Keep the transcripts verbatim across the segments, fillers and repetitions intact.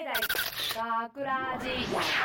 学ラジ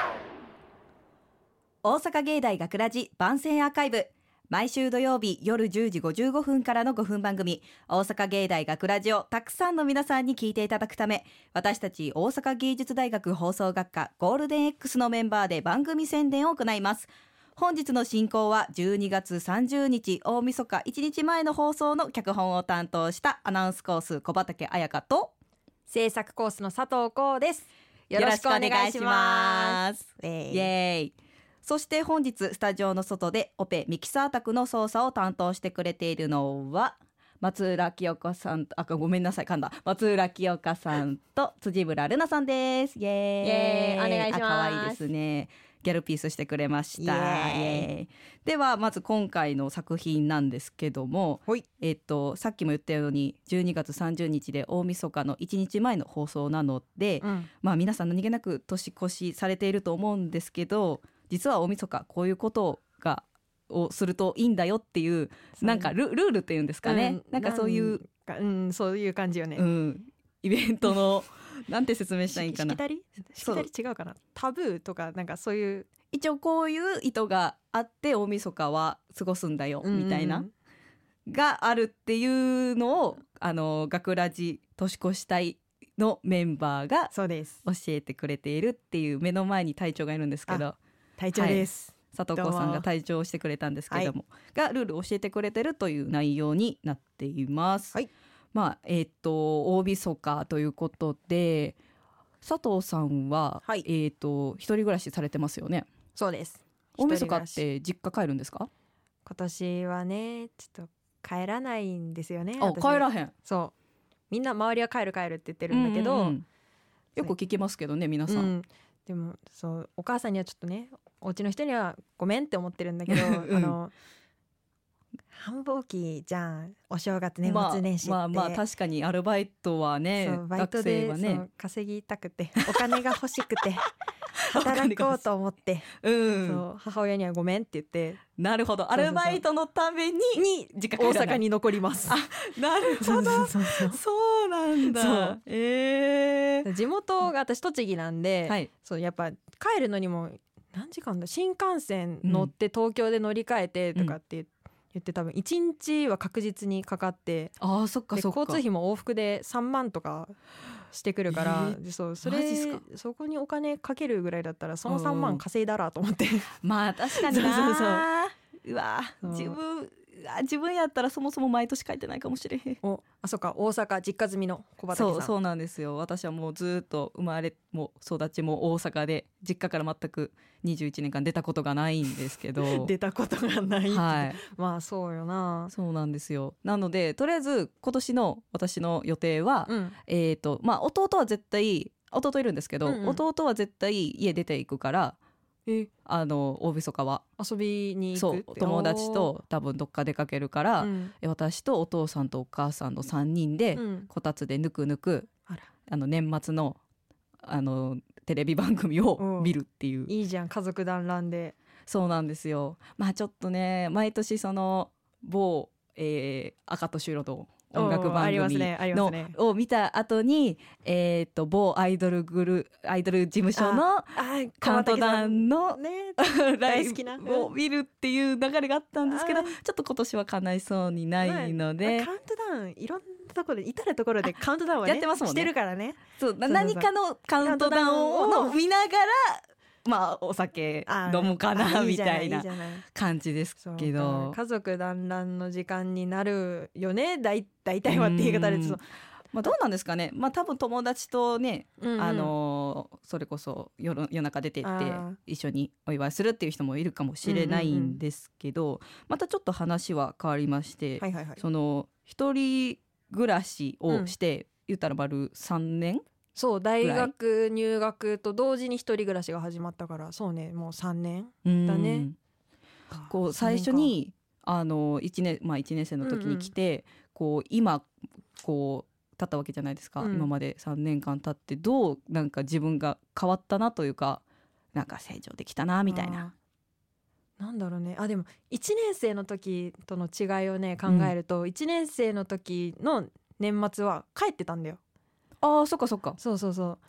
大阪芸大学ラジ番宣アーカイブ、毎週土曜日夜じゅうじごじゅうごふんからのごふん番組、大阪芸大学ラジをたくさんの皆さんに聞いていただくため、私たち大阪芸術大学放送学科ゴールデン X のメンバーで番組宣伝を行います。本日の進行はじゅうにがつさんじゅうにち大晦日いちにちまえの放送の脚本を担当したアナウンスコース小畠彩香と制作コースの佐藤光です。 よろしくお願いします。 イエーイイエーイ。そして本日スタジオの外でオペミキサー宅の操作を担当してくれているのは松浦清香さんと、あ、ごめんなさい噛んだ、松浦清香さんと辻村ルナさんです。イエーイ、 イエーイお願いします。 あ、可愛いですね。ギャルピースしてくれました。 イエーイイエーイ。ではまず今回の作品なんですけども、 ほいえっと、さっきも言ったようにじゅうにがつさんじゅうにちで大晦日のいちにちまえの放送なので、 うんまあ皆さん何気なく年越しされていると思うんですけど、実は大晦日こういうことがをするといいんだよっていうなんか ル, ルールっていうんですかね、 うんなんかそういうなんか、うん、そういう感じよね。 うん、イベントのなんて説明したらいいかな、 しきたりしきたり違うかな、タブーとかなんかそういう一応こういう意図があって大晦日は過ごすんだよみたいな、 うんがあるっていうのをあの学ラジ年越し隊のメンバーがそうです教えてくれているっていう、目の前に隊長がいるんですけど、 隊長です、 佐藤子さんが隊長をしてくれたんですけれども、がルールを教えてくれてるという内容になっています、 はい。 まあえっ、と大晦日ということで佐藤さんは、 はいえっ、と一人暮らしされてますよね。 そうです。 大晦日っ一人暮らして実家帰るんですか？ 今年はねちょっと帰らないんですよね。 あ、 私帰らへん。 そうみんな周りは帰る帰るって言ってるんだけど、 うんうんうん、よく聞きますけどね皆さん、 うん、でもそうお母さんにはちょっとねお家の人にはごめんって思ってるんだけど、 うんあの繁忙期じゃん、お正月年末年始って、 まあ、まあまあ確かにアルバイトはね、 そうバイト学で生はねそう稼ぎたくてお金が欲しくて働こうと思ってうんそう母親にはごめんって言ってなるほど、 そうそうそうアルバイトのためにに実家帰らない大阪に残りますあ、なるほどそうそうそうそうなんだ。 そうえー、 地元が私栃木なんで、 はい、 そうやっぱ帰るのにも何時間だ新幹線乗って東京で乗り換えてとかって言って、言って多分いちにちは確実にかかって、 あーそっかでそっか、 交通費も往復でさんまんとかしてくるから、 えーでそうそマジっすれかそこにお金かけるぐらいだったらそのさんまん稼いだらと思ってまあ確かになそうそううわそう自分うわ自分やったらそもそも毎年帰ってないかもしれへん。 おあそっか大阪実家済みの小畑さん。 そうそうなんですよ。私はもうずっと生まれも育ちも大阪で実家から全くにじゅういちねんかん出たことがないんですけど出たことがない、 はいまあそうよな。 そうなんですよ。なのでとりあえず今年の私の予定は、 うんえーとまあ弟は絶対弟いるんですけど、 うんうん弟は絶対家出ていくからえあの大晦日は遊びに行そうくって友達と多分どっか出かけるから、 うんえ私とお父さんとお母さんのさんにんで、 うんこたつでぬくぬくあらあの年末のあのテレビ番組を見るっていう、 いいじゃん家族団らんで。 そうなんですよ。まあちょっとね毎年その某、えー、赤と白の音楽番おーあります組ねありまの、 すねを見た後に、えー、と某アイドルグルアイドル事務所のあカウントダウンのねライ大好きなブを見るっていう流れがあったんですけど、 あーちょっと今年は叶いそうにないので、 まあカウントダウンいろんなところで至るところでカウントダウンは、ね、 やってますもんねしてるからね。 そうそうそう何かのカウントダウンを見ながらまあお酒あー飲むかなあみたいなじゃない感じですそうけど、 家族団らんの時間になるよね大大体はって言い方でうんそう、 まあ、どうなんですかね、まあ、多分友達とね、 うんうんあのーそれこそ夜夜中出てってあー一緒にお祝いするっていう人もいるかもしれないんですけど、またちょっと話は変わりまして、 はいはいはい、 その一人暮らしをして、言ったら丸さんねんそう大学入学と同時に一人暮らしが始まったからそうねもうさんねんだね。 こう最初にあのいちねん、まあ、いちねん生の時に来て、うんうん、こう今こう経ったわけじゃないですか、うん、今までさんねんかん経ってどうなんか自分が変わったなというかなんか成長できたなみたいな。 なんだろうねあでもいちねん生の時との違いをね考えると、うん、いちねん生の時の年末は帰ってたんだよ。 あーそっかそっか。 そうそうそう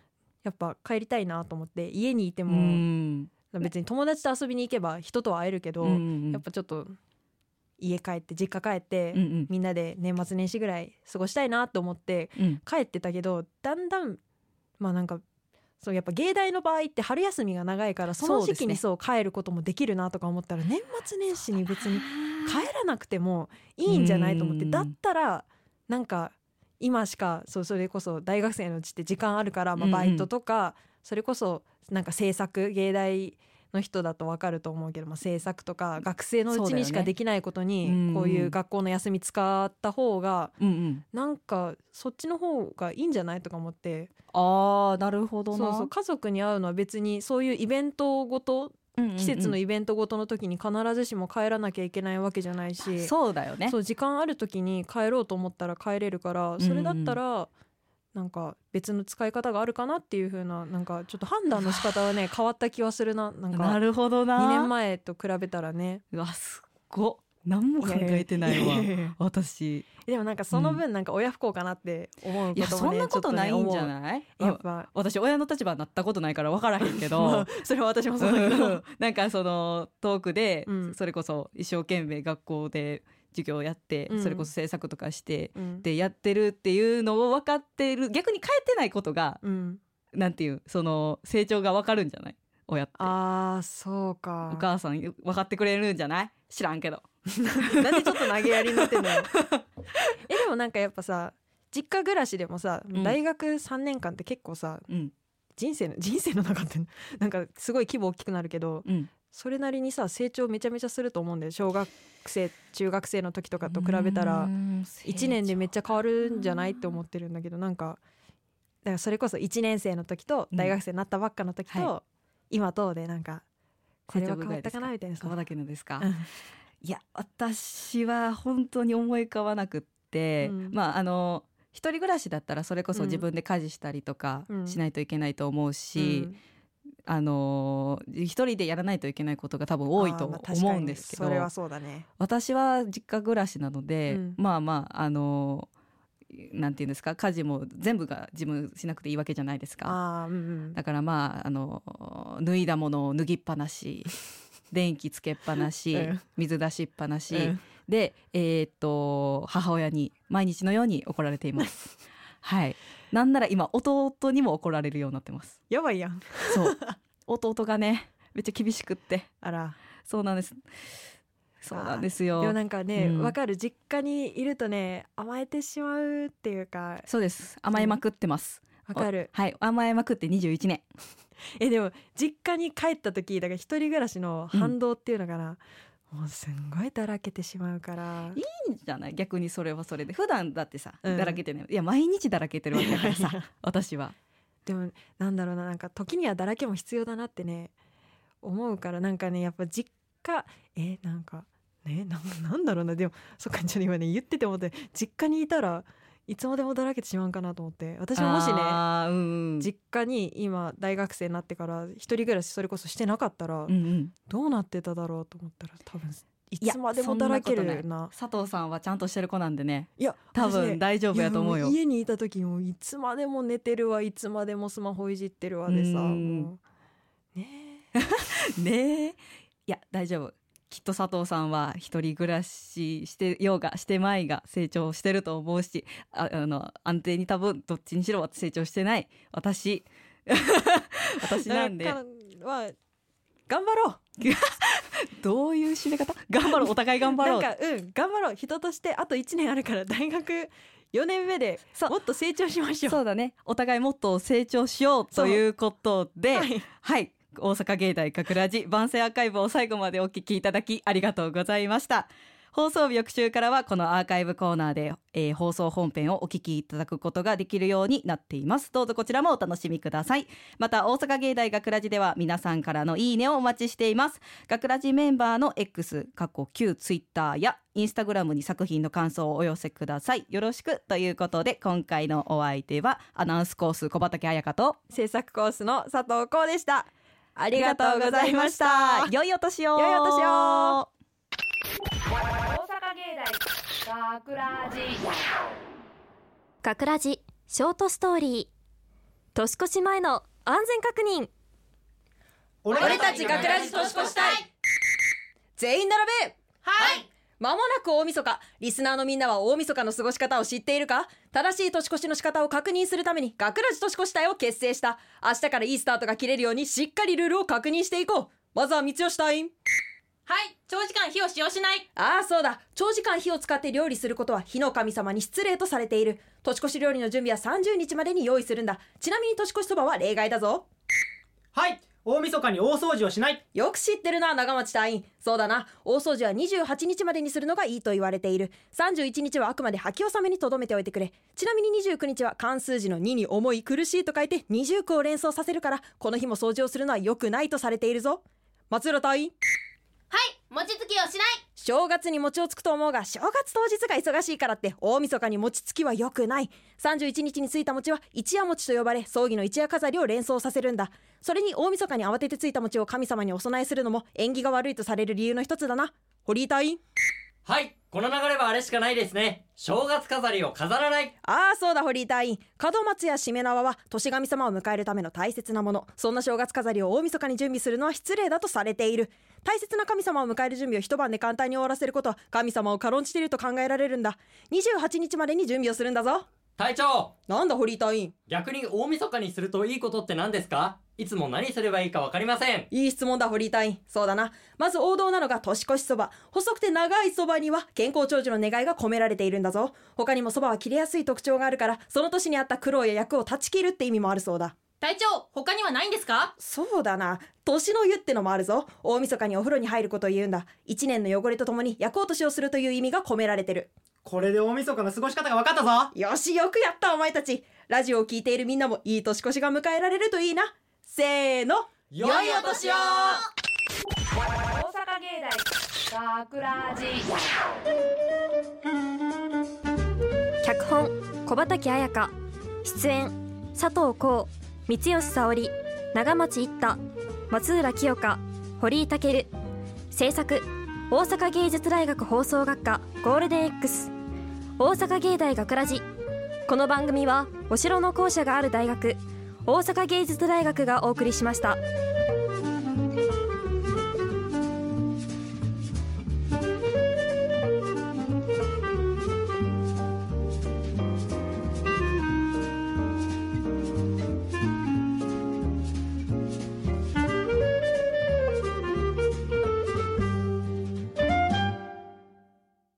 やっぱ帰りたいなと思って、家にいても、 うん別に友達と遊びに行けば人とは会えるけど、 うんうんうん、 やっぱちょっと家帰って実家帰って、 うんうん、 みんなで年末年始ぐらい過ごしたいなと思って帰ってたけど、うん、だんだんまあなんかそうやっぱ芸大の場合って春休みが長いから、その時期にそう帰ることもできるなとか思ったら、年末年始に別に帰らなくてもいいんじゃないと思って、だったらなんか今しかそうそれこそ大学生のうちって時間あるから、まあ、バイトとかそれこそなんか制作、芸大の人だと分かると思うけど、まあ、制作とか学生のうちにしかできないことにこういう学校の休み使った方がなんかそっちの方がいいんじゃないとか思って、 あーなるほどな。 そうそう、家族に会うのは別にそういうイベントごと、うんうんうん、季節のイベントごとの時に必ずしも帰らなきゃいけないわけじゃないし、 そうだよね。 そう時間ある時に帰ろうと思ったら帰れるから、それだったら、うんうん、なんか別の使い方があるかなっていう風な、なんかちょっと判断の仕方はね変わった気はするな。なんかなるほどな。 にねんまえと比べたらね。 うわすっご、何も考えてないわ私。 でもなんかその分なんか親不孝かなって思うこともね、 いやそんなことないんじゃない、ね、やっぱ私親の立場になったことないから分からへんけど、まあ、 それは私もそうだけどなんかそのトークで、うん、それこそ一生懸命学校で授業やって、うん、それこそ制作とかして、うん、でやってるっていうのを分かってる、逆に帰ってないことが、うん、なんていうその成長が分かるんじゃない、親って。 あーそうか、 お母さん分かってくれるんじゃない、知らんけどなんでちょっと投げやりになってんのよえでもなんかやっぱさ、実家暮らしでもさ、うん、大学さんねんかんって結構さ、うん、人生の人生の中ってなんかすごい規模大きくなるけど、うん、それなりにさ成長めちゃめちゃすると思うんだよ。小学生中学生の時とかと比べたらいちねんでめっちゃ変わるんじゃないって思ってるんだけど、なんかだからそれこそいちねん生の時と大学生になったばっかの時と、うんはい、今とでなんかこれは変わったかなみたいな。 川だけのですか、うん、いや私は本当に思い浮かばなくって、うん、まああの一人暮らしだったらそれこそ自分で家事したりとかしないといけないと思うし、うん、あの一人でやらないといけないことが多分多いと思うんですけど、 それはそうだね。 私は実家暮らしなので、うん、まあまああのなんていうんですか、家事も全部が自分しなくていいわけじゃないですか。あ、うんうん、だからまああの脱いだものを脱ぎっぱなし電気つけっぱなし、うん、水出しっぱなし、うん、で、えー、っと母親に毎日のように怒られていますはい、なんなら今弟にも怒られるようになってます。 やばいやん。 そう弟がねめっちゃ厳しくって、 あらそうなんです、そうなんですよ。 でもなんかね、うん、分かる、実家にいるとね甘えてしまうっていうか。 そうです、甘えまくってます。 分かる、 はい、甘えまくってにじゅういちねんえでも実家に帰った時だから一人暮らしの反動っていうのかな、うん、もうすんごいだらけてしまうから。 いいんじゃない、逆にそれはそれで。普段だってさ、うん、だらけてない、いや毎日だらけてるわけだからさ私は。 でもなんだろうな、なんか時にはだらけも必要だなってね思うから、なんかねやっぱ実家えなんかね な, なんだろうなでもそっか、ちょっと今ね言ってて思って、実家にいたらいつまでもだらけてしまうかなと思って、私ももしね、うん、実家に今大学生になってから一人暮らしそれこそしてなかったら、うんうん、どうなってただろうと思ったら多分いつまでもだらけるな。 佐藤さんはちゃんとしてる子なんでね、いや多分大丈夫やと思うよ。 いや家にいた時もいつまでも寝てるわ、いつまでもスマホいじってるわでさ、もうねえねえ、いや大丈夫、きっと佐藤さんは一人暮らししてようがしてまいが成長してると思うし、ああの安定に多分どっちにしろ成長してない私私なんでは頑張ろうどういう締め方、頑張ろう、お互い頑張ろう。 なんかうん頑張ろう、人としてあといちねんあるから大学よねんめでもっと成長しましょう。 そうだね、お互いもっと成長しようということで、はい、はい、大阪芸大かくらじ番宣アーカイブを最後までお聞きいただきありがとうございました。放送日翌週からはこのアーカイブコーナーで、えー、放送本編をお聞きいただくことができるようになっています。どうぞこちらもお楽しみください。また大阪芸大学ラジでは皆さんからのいいねをお待ちしています。学ラジメンバーの X 過去旧ツイッターやインスタグラムに作品の感想をお寄せください。よろしくということで、今回のお相手はアナウンスコース小畑彩香と制作コースの佐藤光でした。ありがとうございました。 良いお年を。 良いお年を。 大阪芸大学ラジ学ラジショートストーリー、年越し前の安全確認。 俺たち学ラジ年越したい。 全員並べ。 はい。 まもなく大晦日。リスナーのみんなは大晦日の過ごし方を知っているか？正しい年越しの仕方を確認するために学ラジ年越し隊を結成した。明日からいいスタートが切れるようにしっかりルールを確認していこう。まずは三吉隊員。 はい。長時間火を使用しない。 ああそうだ、長時間火を使って料理することは火の神様に失礼とされている。年越し料理の準備はさんじゅうにちまでに用意するんだ。ちなみに年越しそばは例外だぞ。 はい。大晦日に大掃除をしない。 よく知ってるな長町隊員。そうだな、大掃除はにじゅうはちにちまでにするのがいいと言われている。さんじゅういちにちはあくまで吐き納めに留めておいてくれ。ちなみににじゅうくにちは漢数字のにに重い苦しいと書いて二重苦を連想させるから、この日も掃除をするのは良くないとされているぞ。松浦隊員。 はい。餅つきをしない。 正月に餅をつくと思うが、正月当日が忙しいからって大晦日に餅つきは良くない。さんじゅういちにちについた餅は一夜餅と呼ばれ、葬儀の一夜飾りを連想させるんだ。それに大晦日に慌ててついた餅を神様にお供えするのも縁起が悪いとされる理由の一つだな。堀井隊員。 はい。この流れはあれしかないですね。正月飾りを飾らない。 ああそうだ堀井隊員。門松やしめ縄は年神様を迎えるための大切なもの。そんな正月飾りを大晦日に準備するのは失礼だとされている。大切な神様を迎える準備を一晩で簡単に終わらせることは神様を軽んじていると考えられるんだ。にじゅうはちにちまでに準備をするんだぞ。 隊長。 なんだ堀井隊員。 逆に大晦日にするといいことって何ですか？いつも何すればいいか分かりません。 いい質問だ堀井隊員。そうだな、まず王道なのが年越しそば。細くて長いそばには健康長寿の願いが込められているんだぞ。他にもそばは切れやすい特徴があるから、その年にあった苦労や厄を断ち切るって意味もあるそうだ。 隊長、他にはないんですか？ そうだな、年の湯ってのもあるぞ。大晦日にお風呂に入ることを言うんだ。一年の汚れとともに厄落としをするという意味が込められてる。 これで大晦日の過ごし方が分かったぞ。 よし、よくやったお前たち。ラジオを聞いているみんなもいい年越しが迎えられるといいな。せーの、 良いお年を。 大阪芸大学ラジ。 脚本小畑彩香、出演佐藤浩、三吉沙織、長町一太、松浦清香、堀井健。制作大阪芸術大学放送学科ゴールデン X、 大阪芸大学ラジ。この番組はお城の校舎がある大学大阪芸術大学がお送りしました。